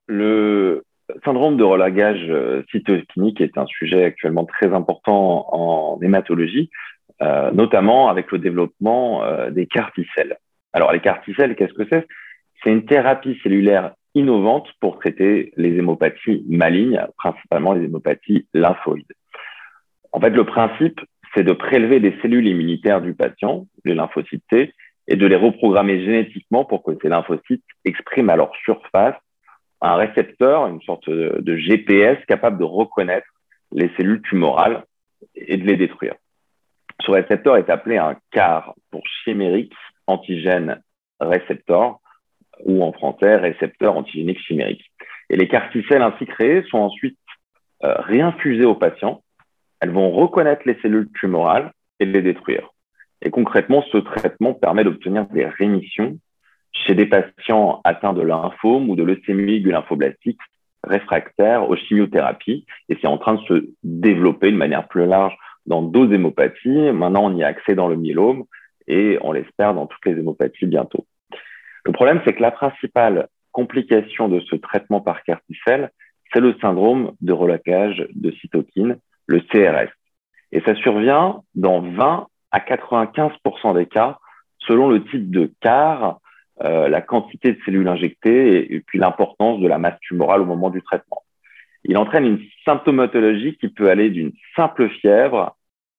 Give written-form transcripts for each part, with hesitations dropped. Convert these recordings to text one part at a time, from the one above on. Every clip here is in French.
Le syndrome de relagage cytokinique est un sujet actuellement très important en hématologie, notamment avec le développement des CAR-T-cells. Alors, les CAR-T-cells, qu'est-ce que c'est? C'est une thérapie cellulaire innovante pour traiter les hémopathies malignes, principalement les hémopathies lymphoïdes. En fait, le principe, c'est de prélever des cellules immunitaires du patient, les lymphocytes T, et de les reprogrammer génétiquement pour que ces lymphocytes expriment à leur surface un récepteur, une sorte de GPS capable de reconnaître les cellules tumorales et de les détruire. Ce récepteur est appelé un CAR pour chimérique antigène récepteur ou en français récepteur antigénique chimérique. Et les CAR T-cells ainsi créés sont ensuite réinfusés aux patients. Elles vont reconnaître les cellules tumorales et les détruire. Et concrètement, ce traitement permet d'obtenir des rémissions chez des patients atteints de lymphome ou de leucémie lymphoblastique réfractaires aux chimiothérapies. Et c'est en train de se développer de manière plus large dans d'autres hémopathies. Maintenant, on y a accès dans le myélome et on l'espère dans toutes les hémopathies bientôt. Le problème, c'est que la principale complication de ce traitement par CAR T-cell, c'est le syndrome de relocage de cytokines, le CRS. Et ça survient dans 20 à 95% des cas, selon le type de CAR, la quantité de cellules injectées et puis l'importance de la masse tumorale au moment du traitement. Il entraîne une symptomatologie qui peut aller d'une simple fièvre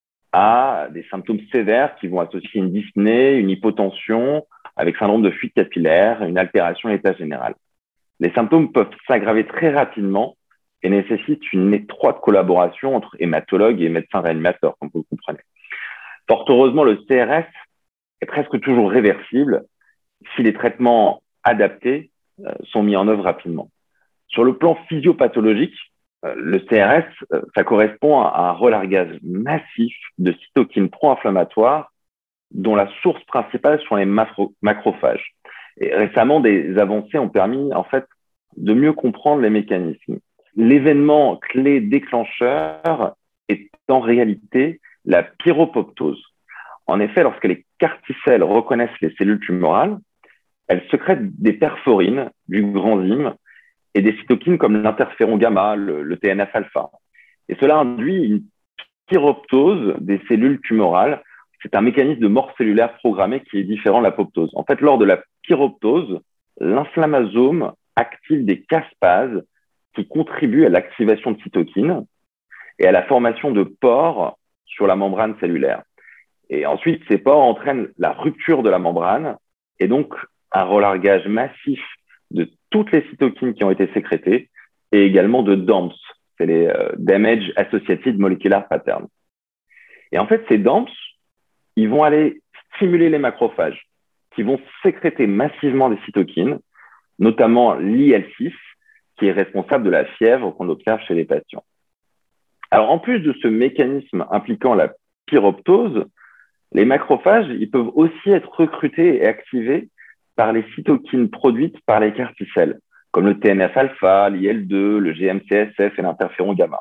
à des symptômes sévères qui vont associer une dyspnée, une hypotension, avec syndrome de fuite capillaire, une altération de l'état général. Les symptômes peuvent s'aggraver très rapidement et nécessitent une étroite collaboration entre hématologues et médecins réanimateurs, comme vous le comprenez. Fort heureusement, le CRS est presque toujours réversible si les traitements adaptés sont mis en œuvre rapidement. Sur le plan physiopathologique, le CRS, ça correspond à un relargage massif de cytokines pro-inflammatoires dont la source principale sont les macrophages. Et récemment, des avancées ont permis en fait de mieux comprendre les mécanismes. L'événement clé déclencheur est en réalité la pyropoptose. En effet, lorsque les CAR T-cells reconnaissent les cellules tumorales, elles sécrètent des perforines, du granzyme et des cytokines comme l'interféron gamma, le TNF-alpha. Et cela induit une pyroptose des cellules tumorales. C'est un mécanisme de mort cellulaire programmé qui est différent de l'apoptose. En fait, lors de la pyroptose, l'inflammasome active des caspases qui contribuent à l'activation de cytokines et à la formation de pores sur la membrane cellulaire. Et ensuite, ces pores entraînent la rupture de la membrane et donc un relargage massif de toutes les cytokines qui ont été sécrétées et également de DAMPs, c'est les Damage Associated Molecular Patterns. Et en fait, ces DAMPs, ils vont aller stimuler les macrophages qui vont sécréter massivement des cytokines, notamment l'IL-6, qui est responsable de la fièvre qu'on observe chez les patients. Alors, en plus de ce mécanisme impliquant la pyroptose, les macrophages, ils peuvent aussi être recrutés et activés par les cytokines produites par les CAR T-cells, comme le TNF-alpha, l'IL-2, le GM-CSF et l'interféron gamma.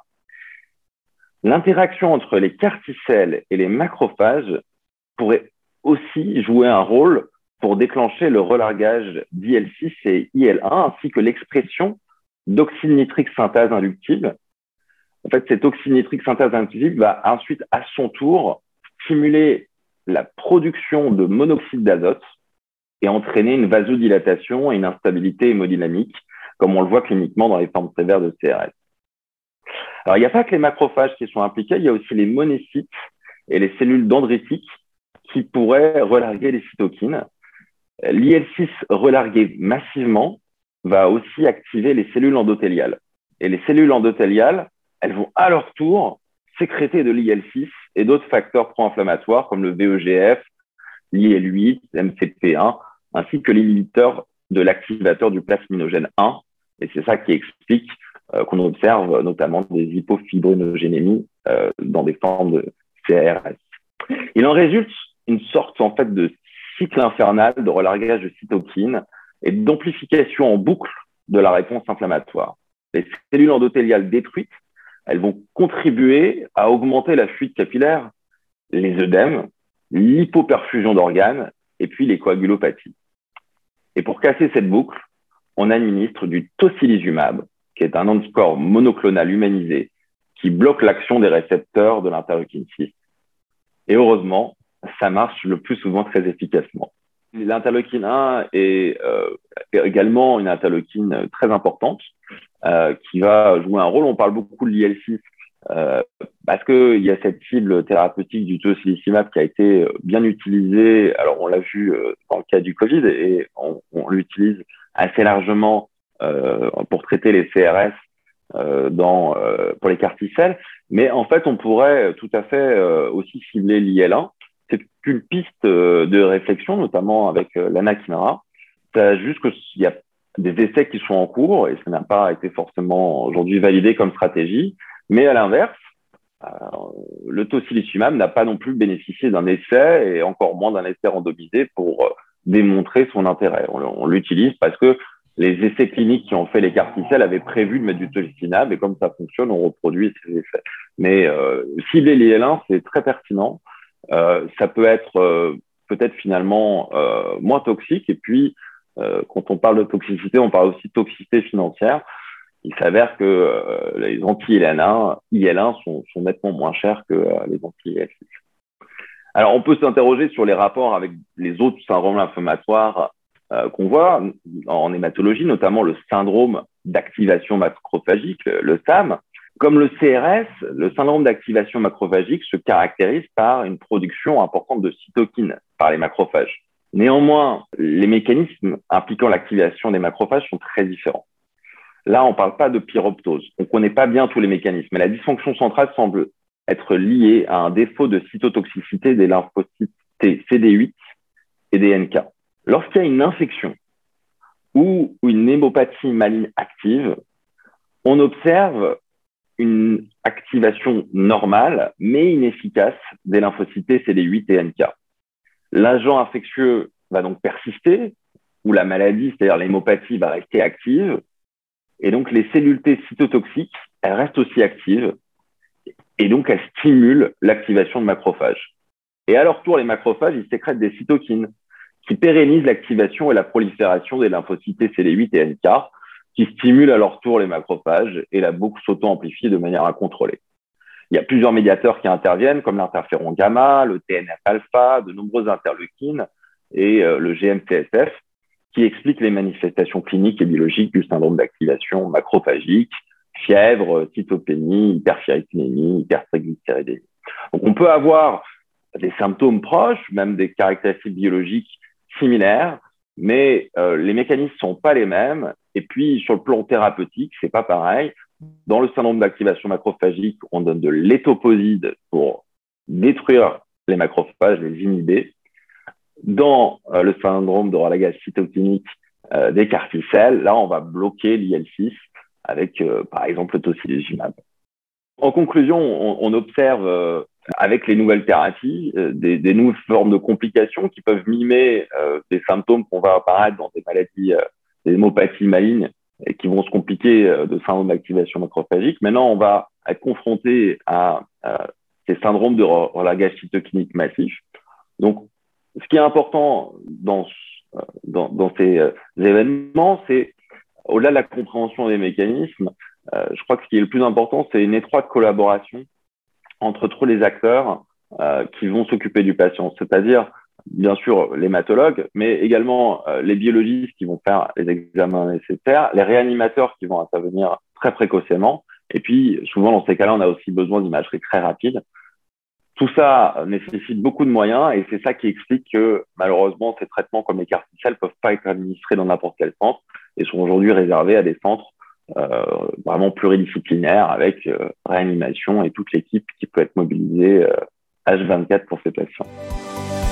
L'interaction entre les CAR T-cells et les macrophages pourrait aussi jouer un rôle pour déclencher le relargage d'IL-6 et IL-1, ainsi que l'expression d'oxyde nitrique synthase inductible. En fait, cette oxyde nitrique synthase inductible va ensuite, à son tour, stimuler la production de monoxyde d'azote et entraîner une vasodilatation et une instabilité hémodynamique, comme on le voit cliniquement dans les formes sévères de CRS. Alors, il n'y a pas que les macrophages qui sont impliqués, il y a aussi les monocytes et les cellules dendritiques qui pourraient relarguer les cytokines. L'IL-6 relargué massivement va aussi activer les cellules endothéliales. Et les cellules endothéliales, elles vont à leur tour sécréter de l'IL-6 et d'autres facteurs pro-inflammatoires comme le VEGF, l'IL-8, MCP1, ainsi que l'inhibiteur de l'activateur du plasminogène 1. Et c'est ça qui explique qu'on observe notamment des hypofibrinogénémies dans des formes de CRS. Il en résulte une sorte en fait de cycle infernal de relargage de cytokines et d'amplification en boucle de la réponse inflammatoire. Les cellules endothéliales détruites, elles vont contribuer à augmenter la fuite capillaire, les œdèmes, l'hypoperfusion d'organes et puis les coagulopathies. Et pour casser cette boucle, on administre du tocilizumab, qui est un anticorps monoclonal humanisé qui bloque l'action des récepteurs de l'interleukine 6. Et heureusement, ça marche le plus souvent très efficacement. L'interleukine 1 est également une interleukine très importante qui va jouer un rôle. On parle beaucoup de l'IL-6 parce qu'il y a cette cible thérapeutique du tocilizumab qui a été bien utilisée. Alors, on l'a vu dans le cas du Covid et on l'utilise assez largement pour traiter les CRS pour les CAR T-cells. Mais en fait, on pourrait tout à fait aussi cibler l'IL-1. C'est une piste de réflexion, notamment avec l'anakinra. C'est juste qu'il y a des essais qui sont en cours et ça n'a pas été forcément aujourd'hui validé comme stratégie. Mais à l'inverse, le tocilizumab n'a pas non plus bénéficié d'un essai et encore moins d'un essai randomisé pour démontrer son intérêt. On l'utilise parce que les essais cliniques qui ont fait les CAR T-cells avaient prévu de mettre du tocilizumab et comme ça fonctionne, on reproduit ces effets. Mais cibler l'IL-1, c'est très pertinent. Ça peut être peut-être finalement moins toxique. Et puis, quand on parle de toxicité, on parle aussi de toxicité financière. Il s'avère que les anti-IL-1 sont nettement moins chers que les anti-IL-6. Alors, on peut s'interroger sur les rapports avec les autres syndromes inflammatoires qu'on voit en hématologie, notamment le syndrome d'activation macrophagique, le SAM. Comme le CRS, le syndrome d'activation macrophagique se caractérise par une production importante de cytokines par les macrophages. Néanmoins, les mécanismes impliquant l'activation des macrophages sont très différents. Là, on ne parle pas de pyroptose. On ne connaît pas bien tous les mécanismes, mais la dysfonction centrale semble être liée à un défaut de cytotoxicité des lymphocytes T, CD8 et des NK. Lorsqu'il y a une infection ou une hémopathie maligne active, on observe une activation normale, mais inefficace des lymphocytes T, CD8 et NK. L'agent infectieux va donc persister, ou la maladie, c'est-à-dire l'hémopathie, va rester active, et donc les cellules T cytotoxiques, elles restent aussi actives, et donc elles stimulent l'activation de macrophages. Et à leur tour, les macrophages, ils sécrètent des cytokines qui pérennisent l'activation et la prolifération des lymphocytes T, CD8 et NK, qui stimulent à leur tour les macrophages et la boucle s'auto-amplifie de manière incontrôlée. Il y a plusieurs médiateurs qui interviennent, comme l'interféron gamma, le TNF-alpha, de nombreuses interleukines et le GM-CSF, qui expliquent les manifestations cliniques et biologiques du syndrome d'activation macrophagique, fièvre, cytopénie, hyperferritinémie, hypertriglycéridémie. Donc, on peut avoir des symptômes proches, même des caractéristiques biologiques similaires, mais les mécanismes ne sont pas les mêmes. Et puis, sur le plan thérapeutique, ce n'est pas pareil. Dans le syndrome d'activation macrophagique, on donne de l'étoposide pour détruire les macrophages, les inhiber. Dans le syndrome de relagage cytokinique des CAR T-cells, là, on va bloquer l'IL-6 avec, par exemple, le tocilizumab. En conclusion, on observe avec les nouvelles thérapies des nouvelles formes de complications qui peuvent mimer des symptômes qu'on va apparaître dans des maladies, des hémopathies malignes et qui vont se compliquer de syndrome d'activation macrophagique. Maintenant, on va être confronté à ces syndromes de relagage cytokinique massif. Donc, ce qui est important dans ces événements, c'est au-delà de la compréhension des mécanismes, je crois que ce qui est le plus important, c'est une étroite collaboration entre tous les acteurs qui vont s'occuper du patient, c'est-à-dire bien sûr l'hématologue, mais également les biologistes qui vont faire les examens nécessaires, les réanimateurs qui vont intervenir très précocement, et puis souvent dans ces cas-là, on a aussi besoin d'imagerie très rapide. Tout ça nécessite beaucoup de moyens et c'est ça qui explique que malheureusement, ces traitements comme les CAR T-cells ne peuvent pas être administrés dans n'importe quel centre et sont aujourd'hui réservés à des centres vraiment pluridisciplinaires avec réanimation et toute l'équipe qui peut être mobilisée H24 pour ces patients.